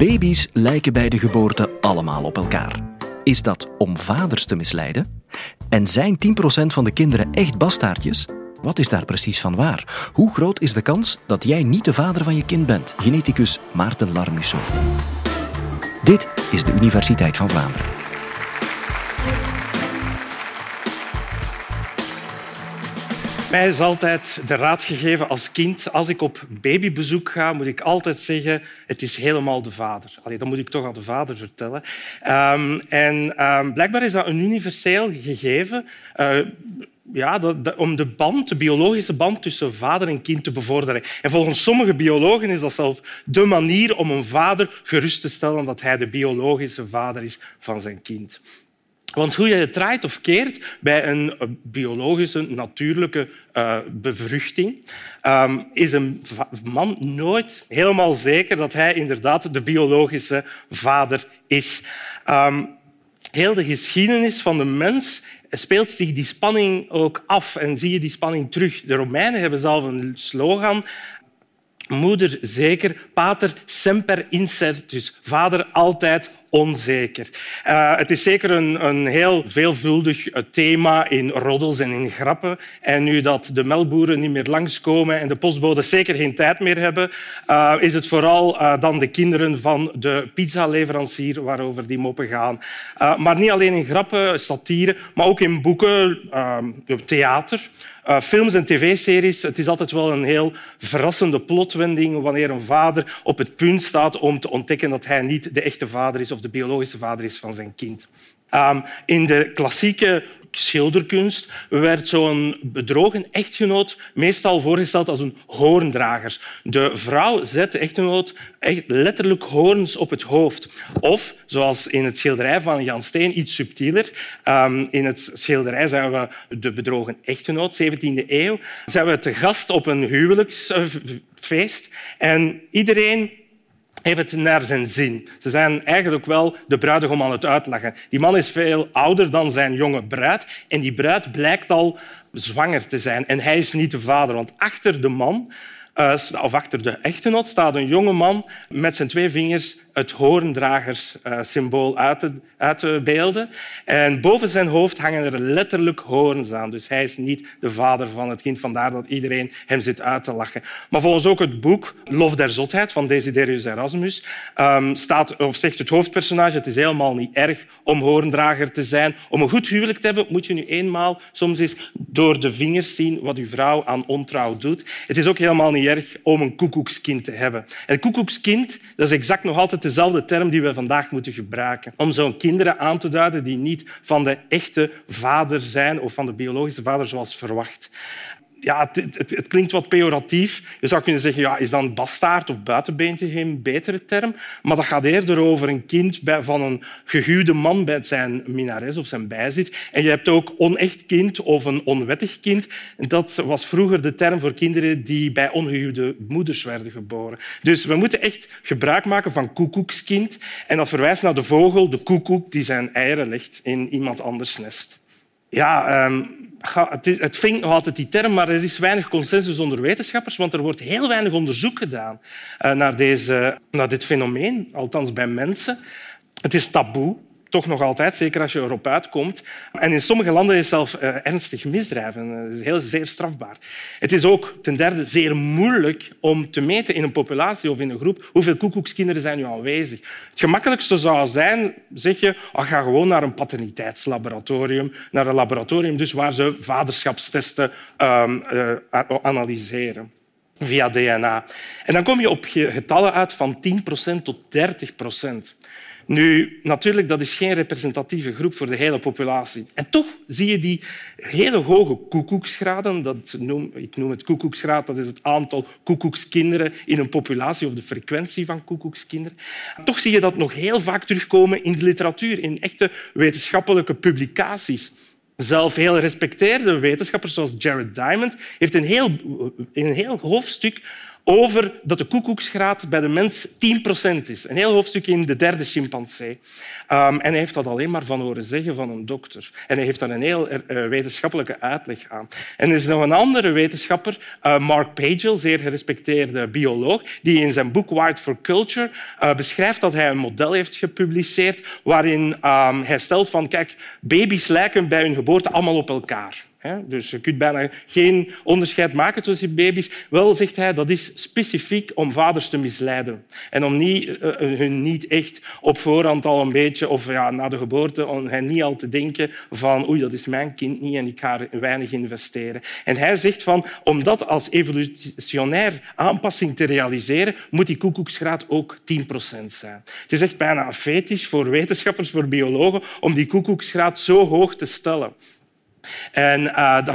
Baby's lijken bij de geboorte allemaal op elkaar. Is dat om vaders te misleiden? En zijn 10% van de kinderen echt bastaardjes? Wat is daar precies van waar? Hoe groot is de kans dat jij niet de vader van je kind bent? Geneticus Maarten Larmusso. Dit is de Universiteit van Vlaanderen. Mij is altijd de raad gegeven als kind, als ik op babybezoek ga, moet ik altijd zeggen, het is helemaal de vader. Dat moet ik toch aan de vader vertellen. Blijkbaar is dat een universeel gegeven om de biologische band tussen vader en kind te bevorderen. En volgens sommige biologen is dat zelfs de manier om een vader gerust te stellen dat hij de biologische vader is van zijn kind. Want hoe je het draait of keert bij een biologische, natuurlijke bevruchting, is een man nooit helemaal zeker dat hij inderdaad de biologische vader is. Heel de geschiedenis van de mens speelt zich die spanning ook af en zie je die spanning terug. De Romeinen hebben zelf een slogan. Moeder zeker, pater semper incertus. Vader altijd onzeker. Het is zeker een heel veelvuldig thema in roddels en in grappen. En nu dat de melkboeren niet meer langskomen en de postbodes zeker geen tijd meer hebben, is het vooral dan de kinderen van de pizzaleverancier waarover die moppen gaan. Maar niet alleen in grappen, satire, maar ook in boeken, theater. Films en tv-series, het is altijd wel een heel verrassende plotwending wanneer een vader op het punt staat om te ontdekken dat hij niet de echte vader is of de biologische vader is van zijn kind. In de klassieke schilderkunst werd zo'n bedrogen echtgenoot meestal voorgesteld als een hoorndrager. De vrouw zet de echtgenoot echt letterlijk hoorns op het hoofd. Of, zoals in het schilderij van Jan Steen, iets subtieler. In het schilderij zijn we de bedrogen echtgenoot, 17e eeuw. Zijn we te gast op een huwelijksfeest en iedereen heeft het naar zijn zin. Ze zijn eigenlijk wel de bruidegom aan het uitlachen. Die man is veel ouder dan zijn jonge bruid en die bruid blijkt al zwanger te zijn. En hij is niet de vader, want achter de man, of achter de echtgenoot, staat een jonge man met zijn 2 vingers het hoorndragerssymbool uit te beelden. En boven zijn hoofd hangen er letterlijk hoorns aan. Dus hij is niet de vader van het kind. Vandaar dat iedereen hem zit uit te lachen. Maar volgens ook het boek Lof der Zotheid van Desiderius Erasmus zegt het hoofdpersonage het is helemaal niet erg om hoorndrager te zijn. Om een goed huwelijk te hebben moet je nu eenmaal soms eens door de vingers zien wat je vrouw aan ontrouw doet. Het is ook helemaal niet erg om een koekoekskind te hebben. En koekoekskind, dat is exact nog altijd dezelfde term die we vandaag moeten gebruiken. Om zo'n kinderen aan te duiden die niet van de echte vader zijn of van de biologische vader zoals verwacht. Ja, het klinkt wat pejoratief. Je zou kunnen zeggen, is dan bastaard of buitenbeentje geen betere term? Maar dat gaat eerder over een kind van een gehuwde man bij zijn minares of zijn bijzit. En je hebt ook onecht kind of een onwettig kind. Dat was vroeger de term voor kinderen die bij ongehuwde moeders werden geboren. Dus we moeten echt gebruik maken van koekoekskind. En dat verwijst naar de vogel, de koekoek, die zijn eieren legt in iemand anders nest. Ja, het vindt nog altijd die term, maar er is weinig consensus onder wetenschappers, want er wordt heel weinig onderzoek gedaan naar dit fenomeen, althans bij mensen. Het is taboe, toch nog altijd, zeker als je erop uitkomt. En in sommige landen is het zelfs ernstig misdrijf. Het is zeer strafbaar. Het is ook ten derde zeer moeilijk om te meten in een populatie of in een groep hoeveel koekoekskinderen zijn nu aanwezig. Het gemakkelijkste zou zijn, zeg je, ga gewoon naar een paterniteitslaboratorium, naar een laboratorium dus waar ze vaderschapstesten analyseren via DNA. En dan kom je op getallen uit van 10% tot 30%. Nu, natuurlijk, dat is geen representatieve groep voor de hele populatie. En toch zie je die hele hoge koekoeksgraden. Ik noem het koekoeksgraad, dat is het aantal koekoekskinderen in een populatie of de frequentie van koekoekskinderen. Toch zie je dat nog heel vaak terugkomen in de literatuur, in echte wetenschappelijke publicaties. Zelf heel gerespecteerde wetenschappers zoals Jared Diamond heeft een heel hoofdstuk over dat de koekoeksgraad bij de mens 10% is. Een heel hoofdstuk in De derde chimpansee. En hij heeft dat alleen maar van horen zeggen van een dokter. En hij heeft daar een heel wetenschappelijke uitleg aan. En er is nog een andere wetenschapper, Mark Pagel, zeer gerespecteerde bioloog, die in zijn boek Wired for Culture beschrijft dat hij een model heeft gepubliceerd waarin hij stelt van, kijk, baby's lijken bij hun geboorte allemaal op elkaar. Dus je kunt bijna geen onderscheid maken tussen baby's. Wel, zegt hij, dat is specifiek om vaders te misleiden. En om hun niet echt op voorhand al een beetje, of na de geboorte, om hen niet al te denken van oei, dat is mijn kind niet en ik ga er weinig investeren. En hij zegt van, om dat als evolutionair aanpassing te realiseren, moet die koekoeksgraad ook 10% zijn. Het is echt bijna een fetish voor wetenschappers, voor biologen, om die koekoeksgraad zo hoog te stellen. En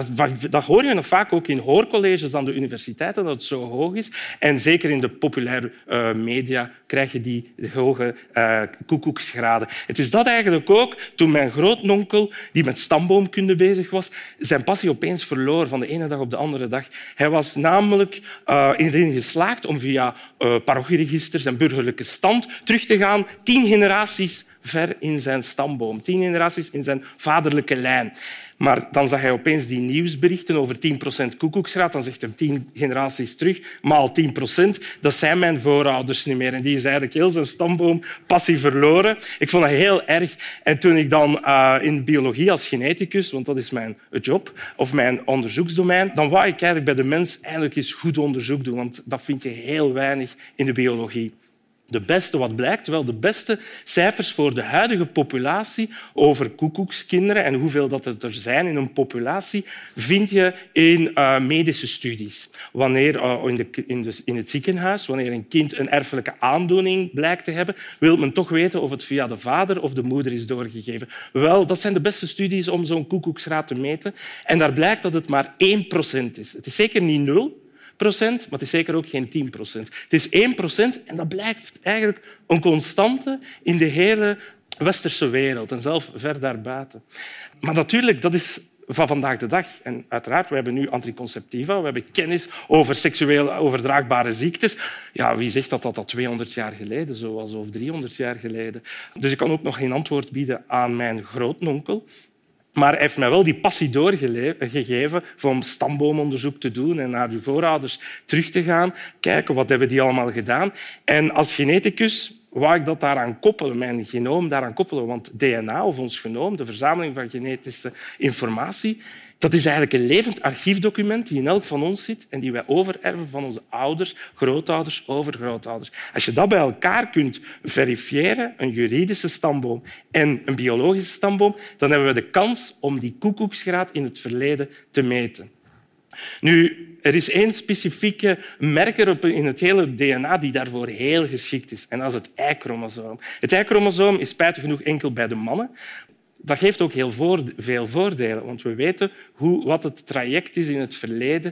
dat hoor je nog vaak ook in hoorcolleges aan de universiteiten, dat het zo hoog is. En zeker in de populaire media krijg je die hoge koekoeksgraden. Het is dat eigenlijk ook toen mijn grootnonkel, die met stamboomkunde bezig was, zijn passie opeens verloor van de ene dag op de andere dag. Hij was namelijk erin geslaagd om via parochieregisters en burgerlijke stand terug te gaan 10 generaties ver in zijn stamboom, 10 generaties in zijn vaderlijke lijn. Maar dan zag hij opeens die nieuwsberichten over 10% koekoeksgraad. Dan zegt hij 10 generaties terug, maal 10%, dat zijn mijn voorouders niet meer. En die is eigenlijk heel zijn stamboom passie verloren. Ik vond dat heel erg. En toen ik dan in biologie als geneticus, want dat is mijn job, of mijn onderzoeksdomein, dan wou ik eigenlijk bij de mens eigenlijk eens goed onderzoek doen, want dat vind je heel weinig in de biologie. Wat blijkt? Wel, de beste cijfers voor de huidige populatie over koekoekskinderen en hoeveel dat er zijn in een populatie, vind je in medische studies. Wanneer in het ziekenhuis, wanneer een kind een erfelijke aandoening blijkt te hebben, wil men toch weten of het via de vader of de moeder is doorgegeven. Wel, dat zijn de beste studies om zo'n koekoeksgraad te meten. En daar blijkt dat het maar 1% is. Het is zeker niet 0%. Maar het is zeker ook geen 10%. Het is 1% en dat blijkt eigenlijk een constante in de hele westerse wereld en zelfs ver daarbuiten. Maar natuurlijk, dat is van vandaag de dag. En uiteraard, we hebben nu anticonceptiva, we hebben kennis over seksueel overdraagbare ziektes. Ja, wie zegt dat 200 jaar geleden zo was of 300 jaar geleden? Dus ik kan ook nog geen antwoord bieden aan mijn grootnonkel. Maar hij heeft mij wel die passie doorgegeven om stamboomonderzoek te doen en naar uw voorouders terug te gaan, kijken wat hebben die allemaal gedaan. En als geneticus wou ik dat daaraan koppelen, mijn genoom daaraan koppelen. Want DNA, of ons genoom, de verzameling van genetische informatie, dat is eigenlijk een levend archiefdocument die in elk van ons zit en die wij overerven van onze ouders, grootouders, overgrootouders. Als je dat bij elkaar kunt verifiëren, een juridische stamboom en een biologische stamboom, dan hebben we de kans om die koekoeksgraad in het verleden te meten. Nu, er is één specifieke merker in het hele DNA die daarvoor heel geschikt is. En dat is het Y-chromosoom. Het Y-chromosoom is spijtig genoeg enkel bij de mannen. Dat geeft ook heel veel voordelen, want we weten wat het traject is in het verleden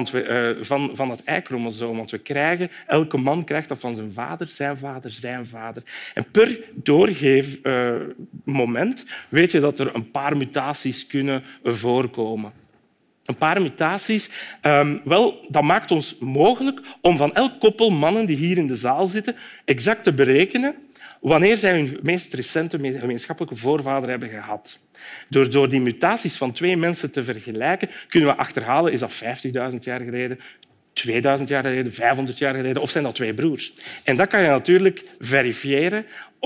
van het Y-chromosoom. Want elke man krijgt dat van zijn vader, zijn vader, zijn vader. En per doorgeefmoment weet je dat er een paar mutaties kunnen voorkomen. Een paar mutaties. Dat maakt ons mogelijk om van elk koppel mannen die hier in de zaal zitten exact te berekenen wanneer zij hun meest recente gemeenschappelijke voorvader hebben gehad. Door die mutaties van 2 mensen te vergelijken, kunnen we achterhalen, is dat 50.000 jaar geleden, 2000 jaar geleden, 500 jaar geleden, of zijn dat 2 broers? En dat kan je natuurlijk verifiëren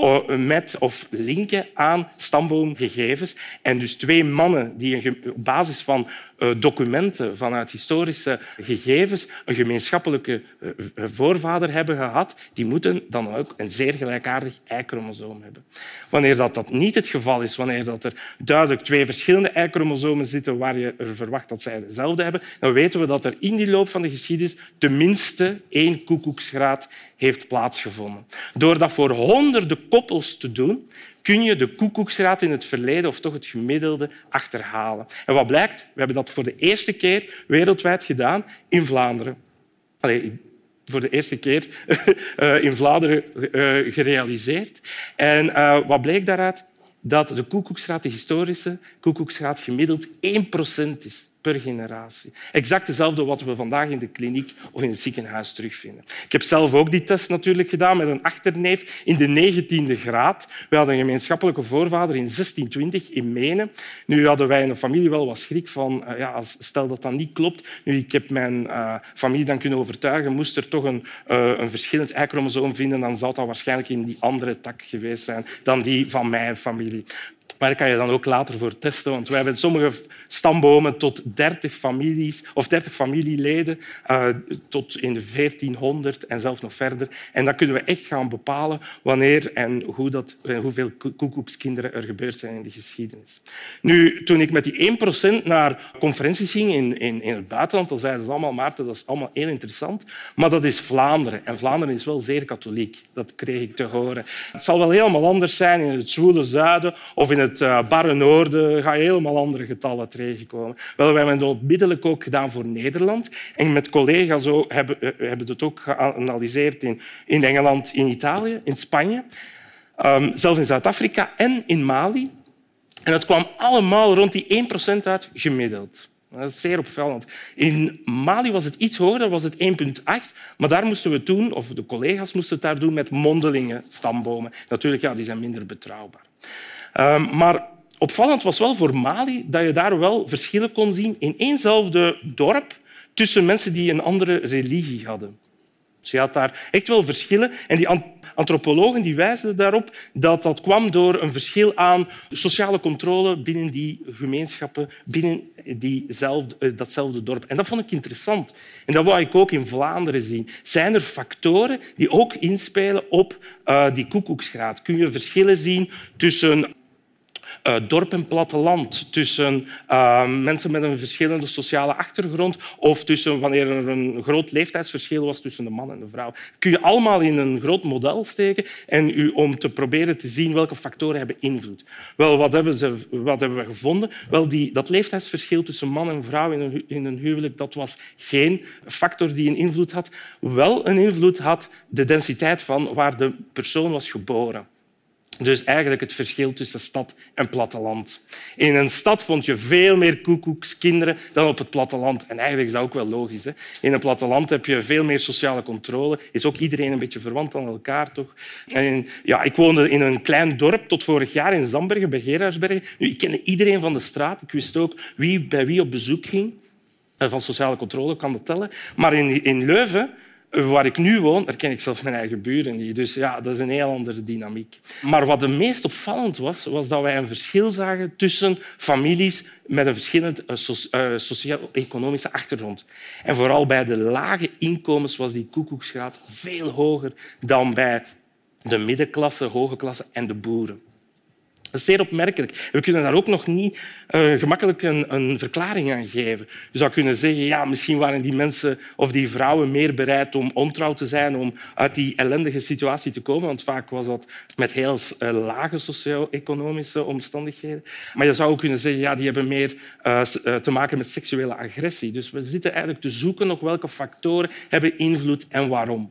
of linken aan stamboomgegevens. En dus 2 mannen die op basis van documenten vanuit historische gegevens een gemeenschappelijke voorvader hebben gehad, die moeten dan ook een zeer gelijkaardig Y-chromosoom hebben. Wanneer dat niet het geval is, wanneer dat er duidelijk 2 verschillende Y-chromosomen zitten waar je er verwacht dat zij dezelfde hebben, dan weten we dat er in die loop van de geschiedenis tenminste 1 koekoeksgraad heeft plaatsgevonden. Door dat voor honderden koppels te doen, kun je de koekoeksgraad in het verleden, of toch het gemiddelde, achterhalen. En wat blijkt? We hebben dat voor de eerste keer wereldwijd gedaan in Vlaanderen. Voor de eerste keer in Vlaanderen gerealiseerd. En wat bleek daaruit? Dat de koekoeksgraad, de historische koekoeksgraad, gemiddeld 1% is. per generatie. Exact hetzelfde wat we vandaag in de kliniek of in het ziekenhuis terugvinden. Ik heb zelf ook die test natuurlijk gedaan met een achterneef in de 19e graad. We hadden een gemeenschappelijke voorvader in 1620 in Menen. Nu hadden wij in de familie wel wat schrik van, stel dat dat niet klopt. Nu, ik heb mijn familie dan kunnen overtuigen, moest er toch een verschillend Y-chromosoom vinden, dan zou dat waarschijnlijk in die andere tak geweest zijn dan die van mijn familie. Maar daar kan je dan ook later voor testen, want wij hebben sommige stambomen tot 30 families of 30 familieleden tot in de 1400 en zelfs nog verder. En dan kunnen we echt gaan bepalen wanneer en hoeveel koekoekskinderen er gebeurd zijn in de geschiedenis. Nu, toen ik met die 1% naar conferenties ging in het buitenland, dan zeiden ze allemaal, Maarten, dat is allemaal heel interessant, maar dat is Vlaanderen. En Vlaanderen is wel zeer katholiek. Dat kreeg ik te horen. Het zal wel helemaal anders zijn in het zwoele zuiden of in het barre noorden, ga je helemaal andere getallen tegenkomen. Wel, wij hebben het onmiddellijk ook gedaan voor Nederland. En met collega's hebben we het ook geanalyseerd in Engeland, in Italië, in Spanje, zelfs in Zuid-Afrika en in Mali. En dat kwam allemaal rond die 1% uit gemiddeld. Dat is zeer opvallend. In Mali was het iets hoger, dat was het 1,8. Maar daar moesten we doen, of de collega's moesten het daar doen, met mondelinge stambomen. Natuurlijk, ja, die zijn minder betrouwbaar. Maar opvallend was wel voor Mali dat je daar wel verschillen kon zien in éénzelfde dorp tussen mensen die een andere religie hadden. Dus je had daar echt wel verschillen. En die antropologen die wijzen daarop dat dat kwam door een verschil aan sociale controle binnen die gemeenschappen, binnen datzelfde dorp. En dat vond ik interessant. En dat wou ik ook in Vlaanderen zien. Zijn er factoren die ook inspelen op die koekoeksgraad? Kun je verschillen zien tussen dorp en platteland, tussen mensen met een verschillende sociale achtergrond of tussen wanneer er een groot leeftijdsverschil was tussen de man en de vrouw. Kun je allemaal in een groot model steken om te proberen te zien welke factoren hebben invloed. Wel, wat hebben we gevonden? Wel, dat leeftijdsverschil tussen man en vrouw in een huwelijk, dat was geen factor die een invloed had. Wel een invloed had de densiteit van waar de persoon was geboren. Dus eigenlijk het verschil tussen stad en platteland. In een stad vond je veel meer koekoekskinderen dan op het platteland. En eigenlijk is dat ook wel logisch. Hè? In een platteland heb je veel meer sociale controle. Is ook iedereen een beetje verwant aan elkaar, toch? En, ja, ik woonde in een klein dorp tot vorig jaar in Zambergen, bij Gerardsbergen. Nu, ik kende iedereen van de straat. Ik wist ook wie bij wie op bezoek ging. Van sociale controle kan dat tellen. Maar in Leuven, waar ik nu woon, daar ken ik zelfs mijn eigen buren niet. Dus ja, dat is een heel andere dynamiek. Maar wat het meest opvallend was dat wij een verschil zagen tussen families met een verschillende sociaal-economische achtergrond. En vooral bij de lage inkomens was die koekoeksgraad veel hoger dan bij de middenklasse, hoge klasse en de boeren. Dat is zeer opmerkelijk. We kunnen daar ook nog niet gemakkelijk een verklaring aan geven. Je zou kunnen zeggen, ja, misschien waren die mensen of die vrouwen meer bereid om ontrouw te zijn, om uit die ellendige situatie te komen. Want vaak was dat met heel lage socio-economische omstandigheden. Maar je zou ook kunnen zeggen, ja, die hebben meer te maken met seksuele agressie. Dus we zitten eigenlijk te zoeken nog welke factoren hebben invloed en waarom.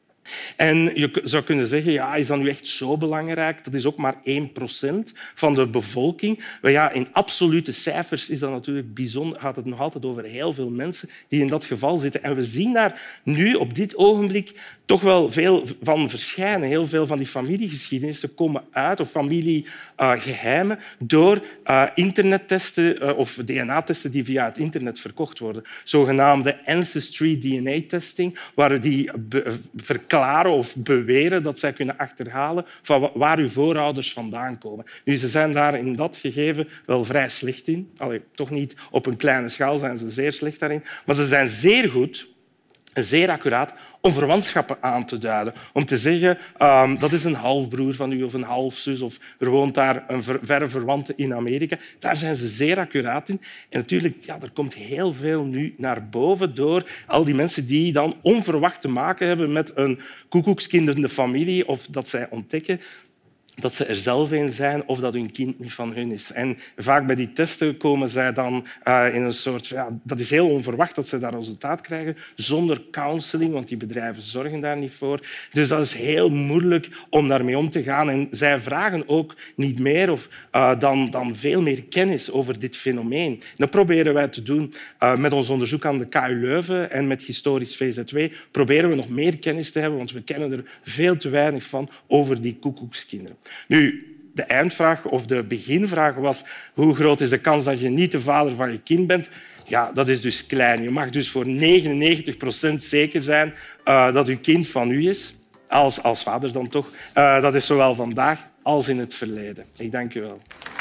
En je zou kunnen zeggen, ja, is dat nu echt zo belangrijk? Dat is ook maar 1% van de bevolking. Maar ja, in absolute cijfers is dat natuurlijk bijzonder, gaat het nog altijd over heel veel mensen die in dat geval zitten. En we zien daar nu op dit ogenblik toch wel veel van verschijnen. Heel veel van die familiegeschiedenissen komen uit, of familiegeheimen, door internettesten of DNA-testen die via het internet verkocht worden. Zogenaamde ancestry DNA-testing, waar die verklaren of beweren dat zij kunnen achterhalen van waar uw voorouders vandaan komen. Nu, ze zijn daar in dat gegeven wel vrij slecht in. Toch niet op een kleine schaal zijn ze zeer slecht daarin, maar ze zijn zeer goed en zeer accuraat om verwantschappen aan te duiden. Om te zeggen, dat is een halfbroer van u of een halfzus, of er woont daar een verre verwante in Amerika. Daar zijn ze zeer accuraat in. En natuurlijk, ja, er komt heel veel nu naar boven door al die mensen die dan onverwacht te maken hebben met een koekoekskind in de familie, of dat zij ontdekken dat ze er zelf een zijn of dat hun kind niet van hun is. En vaak bij die testen komen zij dan in een soort... Ja, dat is heel onverwacht dat ze dat resultaat krijgen, zonder counseling, want die bedrijven zorgen daar niet voor. Dus dat is heel moeilijk om daarmee om te gaan. En zij vragen ook niet meer dan veel meer kennis over dit fenomeen. Dat proberen wij te doen met ons onderzoek aan de KU Leuven en met Historisch VZW. Proberen we nog meer kennis te hebben, want we kennen er veel te weinig van over die koekoekskinderen. Nu, de eindvraag of de beginvraag was hoe groot is de kans dat je niet de vader van je kind bent? Ja, dat is dus klein. Je mag dus voor 99% zeker zijn dat je kind van u is. Als vader dan toch. Dat is zowel vandaag als in het verleden. Ik dank u wel.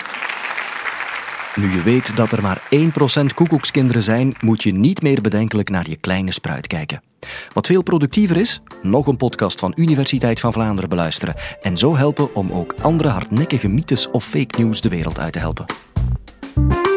Nu je weet dat er maar 1% koekoekskinderen zijn, moet je niet meer bedenkelijk naar je kleine spruit kijken. Wat veel productiever is, nog een podcast van Universiteit van Vlaanderen beluisteren en zo helpen om ook andere hardnekkige mythes of fake news de wereld uit te helpen.